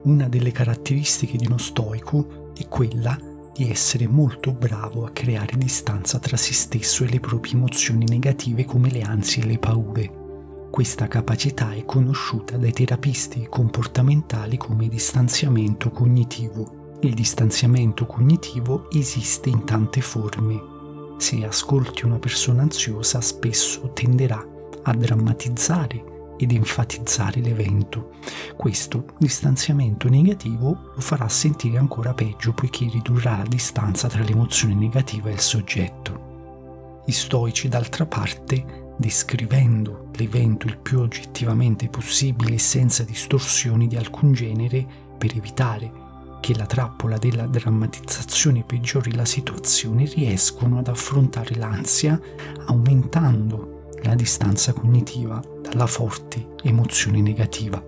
Una delle caratteristiche di uno stoico è quella di essere molto bravo a creare distanza tra se stesso e le proprie emozioni negative come le ansie e le paure. Questa capacità è conosciuta dai terapisti comportamentali come distanziamento cognitivo. Il distanziamento cognitivo esiste in tante forme. Se ascolti una persona ansiosa, spesso tenderà a drammatizzare ed enfatizzare l'evento. Questo distanziamento negativo lo farà sentire ancora peggio, poiché ridurrà la distanza tra l'emozione negativa e il soggetto. Gli stoici, d'altra parte, descrivendo l'evento il più oggettivamente possibile e senza distorsioni di alcun genere, per evitare che la trappola della drammatizzazione peggiori la situazione, riescono ad affrontare l'ansia aumentando la distanza cognitiva dalla forte emozione negativa.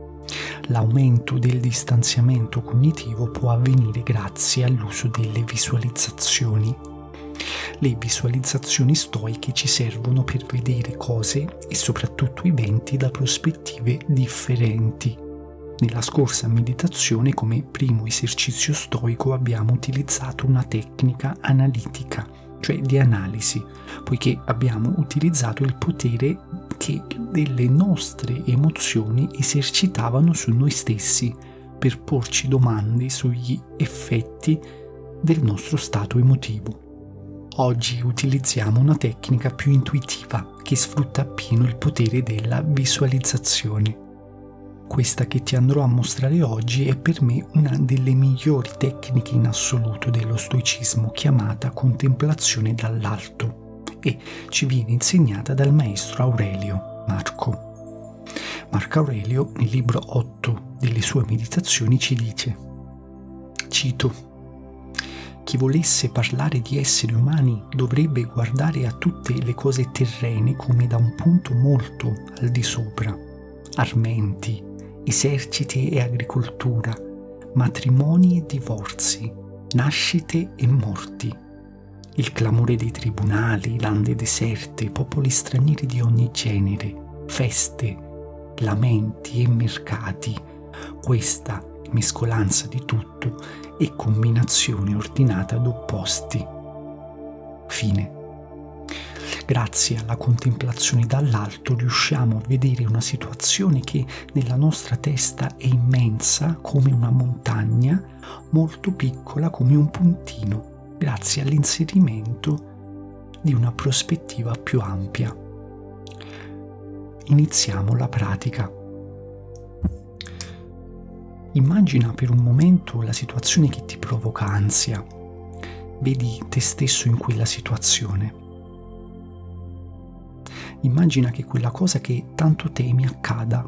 L'aumento del distanziamento cognitivo può avvenire grazie all'uso delle visualizzazioni. Le visualizzazioni stoiche ci servono per vedere cose e soprattutto eventi da prospettive differenti. Nella scorsa meditazione, come primo esercizio stoico, abbiamo utilizzato una tecnica analitica, cioè di analisi, poiché abbiamo utilizzato il potere che delle nostre emozioni esercitavano su noi stessi per porci domande sugli effetti del nostro stato emotivo. Oggi utilizziamo una tecnica più intuitiva che sfrutta appieno il potere della visualizzazione. Questa che ti andrò a mostrare oggi è per me una delle migliori tecniche in assoluto dello stoicismo, chiamata contemplazione dall'alto, e ci viene insegnata dal maestro Aurelio Marco. Marco Aurelio, nel libro 8 delle sue meditazioni, ci dice, cito: «Chi volesse parlare di esseri umani dovrebbe guardare a tutte le cose terrene come da un punto molto al di sopra, armenti, eserciti e agricoltura, matrimoni e divorzi, nascite e morti, il clamore dei tribunali, lande deserte, popoli stranieri di ogni genere, feste, lamenti e mercati, questa mescolanza di tutto e combinazione ordinata d'opposti». Fine. Grazie alla contemplazione dall'alto riusciamo a vedere una situazione che nella nostra testa è immensa come una montagna, molto piccola come un puntino, grazie all'inserimento di una prospettiva più ampia. Iniziamo la pratica. Immagina per un momento la situazione che ti provoca ansia. Vedi te stesso in quella situazione. Immagina che quella cosa che tanto temi accada.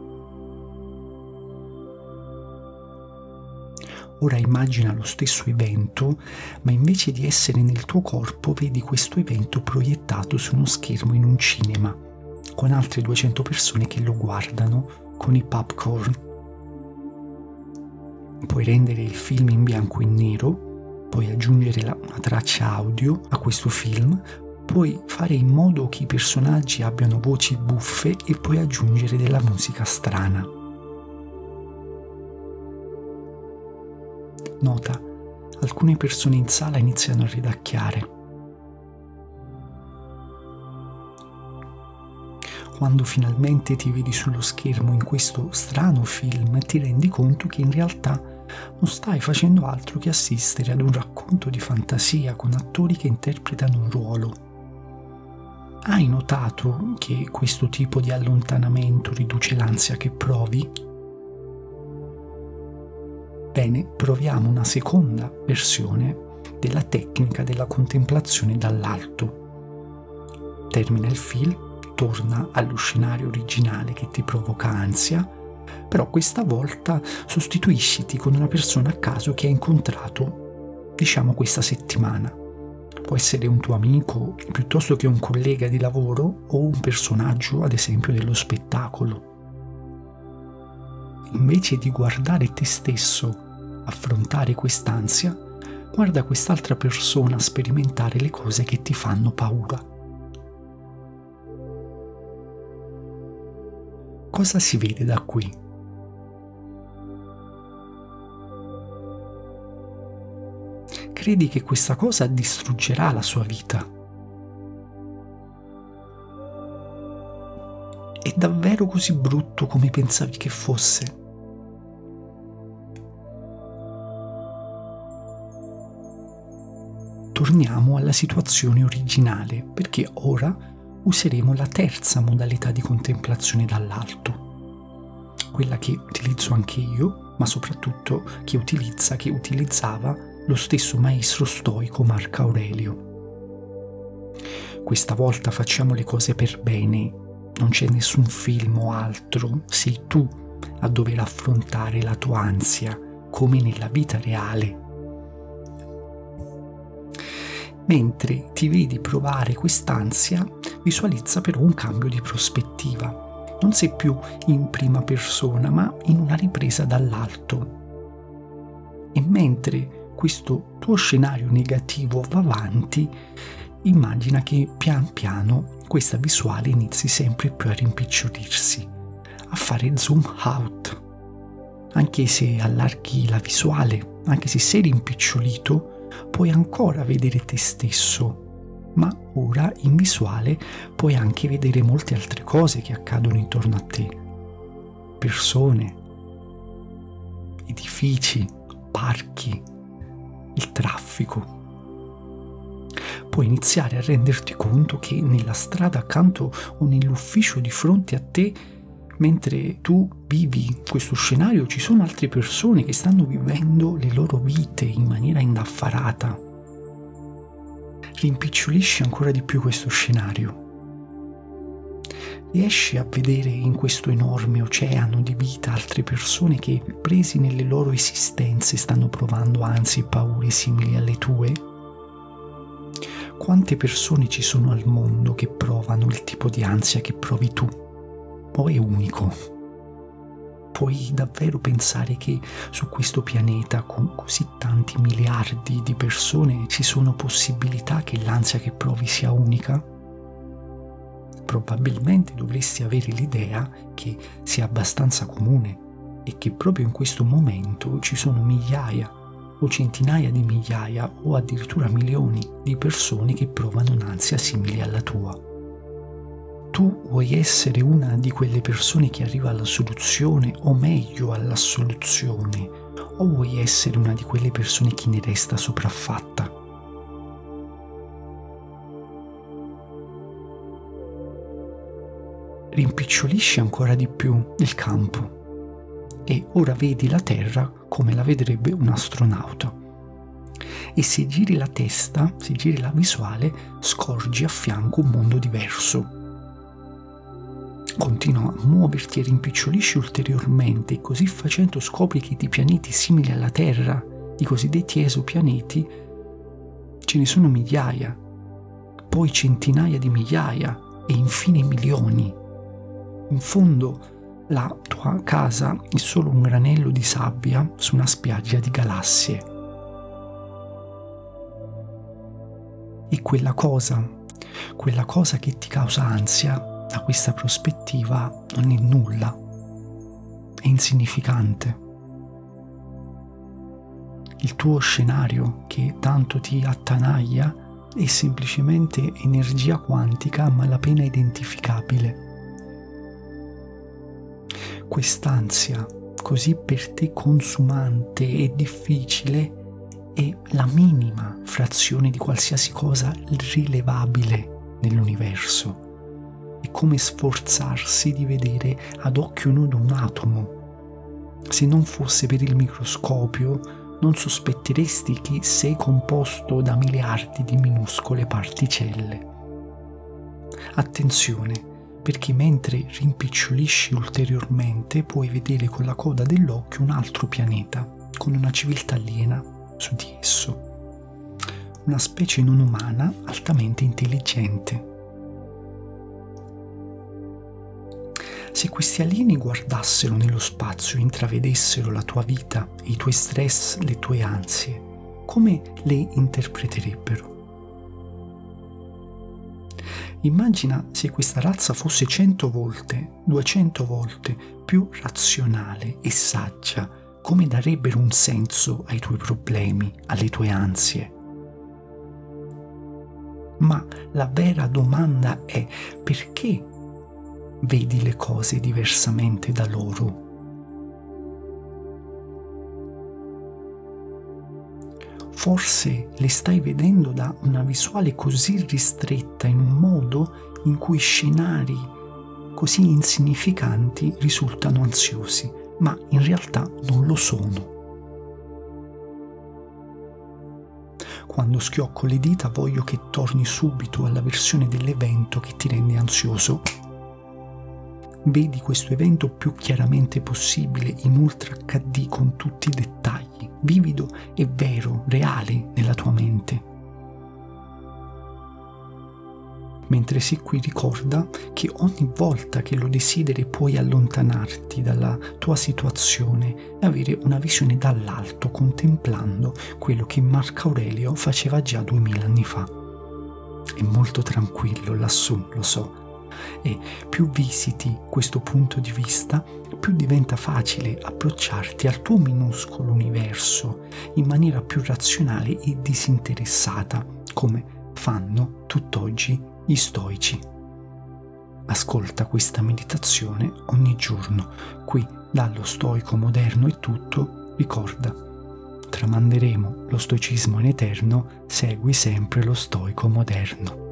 Ora immagina lo stesso evento, ma invece di essere nel tuo corpo, vedi questo evento proiettato su uno schermo in un cinema, con altre 200 persone che lo guardano con i popcorn. Puoi rendere il film in bianco e nero, puoi aggiungere una traccia audio a questo film, puoi fare in modo che i personaggi abbiano voci buffe e puoi aggiungere della musica strana. Nota, alcune persone in sala iniziano a ridacchiare. Quando finalmente ti vedi sullo schermo in questo strano film, ti rendi conto che in realtà non stai facendo altro che assistere ad un racconto di fantasia con attori che interpretano un ruolo. Hai notato che questo tipo di allontanamento riduce l'ansia che provi? Bene, proviamo una seconda versione della tecnica della contemplazione dall'alto. Termina il film, torna allo scenario originale che ti provoca ansia, però questa volta sostituisciti con una persona a caso che hai incontrato, diciamo, questa settimana. Può essere un tuo amico piuttosto che un collega di lavoro o un personaggio, ad esempio, dello spettacolo. Invece di guardare te stesso affrontare quest'ansia, guarda quest'altra persona sperimentare le cose che ti fanno paura. Cosa si vede da qui? credi che questa cosa distruggerà la sua vita. È davvero così brutto come pensavi che fosse? Torniamo alla situazione originale, perché ora useremo la terza modalità di contemplazione dall'alto, quella che utilizzo anche io, ma soprattutto che utilizzava lo stesso maestro stoico Marco Aurelio. Questa volta facciamo le cose per bene, non c'è nessun film o altro, sei tu a dover affrontare la tua ansia, come nella vita reale. Mentre ti vedi provare quest'ansia, visualizza però un cambio di prospettiva. Non sei più in prima persona, ma in una ripresa dall'alto. E mentre questo tuo scenario negativo va avanti, immagina che pian piano questa visuale inizi sempre più a rimpicciolirsi, a fare zoom out. Anche se allarghi la visuale, anche se sei rimpicciolito, puoi ancora vedere te stesso, ma ora in visuale puoi anche vedere molte altre cose che accadono intorno a te. Persone, edifici, parchi, il traffico. Puoi iniziare a renderti conto che nella strada accanto o nell'ufficio di fronte a te, mentre tu vivi questo scenario, ci sono altre persone che stanno vivendo le loro vite in maniera indaffarata. Rimpicciolisci ancora di più questo scenario. Riesci a vedere in questo enorme oceano di vita altre persone che, presi nelle loro esistenze, stanno provando ansie e paure simili alle tue? Quante persone ci sono al mondo che provano il tipo di ansia che provi tu? O è unico? Puoi davvero pensare che su questo pianeta, con così tanti miliardi di persone, ci sono possibilità che l'ansia che provi sia unica? Probabilmente dovresti avere l'idea che sia abbastanza comune e che proprio in questo momento ci sono migliaia o centinaia di migliaia o addirittura milioni di persone che provano un'ansia simile alla tua. Tu vuoi essere una di quelle persone che arriva alla soluzione, o meglio alla soluzione, o vuoi essere una di quelle persone che ne resta sopraffatta? Rimpicciolisci ancora di più il campo e ora vedi la Terra come la vedrebbe un astronauta. E se giri la testa, se giri la visuale, scorgi a fianco un mondo diverso. Continua a muoverti e rimpicciolisci ulteriormente e così facendo scopri che di pianeti simili alla Terra, i cosiddetti esopianeti, ce ne sono migliaia, poi centinaia di migliaia e infine milioni. In fondo la tua casa è solo un granello di sabbia su una spiaggia di galassie. E quella cosa che ti causa ansia, da questa prospettiva non è nulla, è insignificante. Il tuo scenario che tanto ti attanaglia è semplicemente energia quantica a malapena identificabile. Quest'ansia, così per te consumante e difficile, è la minima frazione di qualsiasi cosa rilevabile nell'universo. È come sforzarsi di vedere ad occhio nudo un atomo. Se non fosse per il microscopio, non sospetteresti che sei composto da miliardi di minuscole particelle. Attenzione, perché mentre rimpicciolisci ulteriormente puoi vedere con la coda dell'occhio un altro pianeta, con una civiltà aliena su di esso. Una specie non umana altamente intelligente. Se questi alieni guardassero nello spazio e intravedessero la tua vita, i tuoi stress, le tue ansie, come le interpreterebbero? Immagina se questa razza fosse 100 volte, 200 volte più razionale e saggia come darebbero un senso ai tuoi problemi, alle tue ansie. Ma la vera domanda è: perché vedi le cose diversamente da loro? Forse le stai vedendo da una visuale così ristretta, in un modo in cui scenari così insignificanti risultano ansiosi, ma in realtà non lo sono. Quando schiocco le dita voglio che torni subito alla versione dell'evento che ti rende ansioso. Vedi questo evento più chiaramente possibile in Ultra HD con tutti i dettagli, vivido e vero, reale nella tua mente. Mentre sei qui ricorda che ogni volta che lo desideri puoi allontanarti dalla tua situazione e avere una visione dall'alto contemplando quello che Marco Aurelio faceva già 2000 anni fa. È molto tranquillo lassù, lo so. E più visiti questo punto di vista, più diventa facile approcciarti al tuo minuscolo universo in maniera più razionale e disinteressata, come fanno tutt'oggi gli stoici. Ascolta questa meditazione ogni giorno. Qui, dallo stoico moderno è tutto, ricorda, tramanderemo lo stoicismo in eterno, segui sempre lo stoico moderno.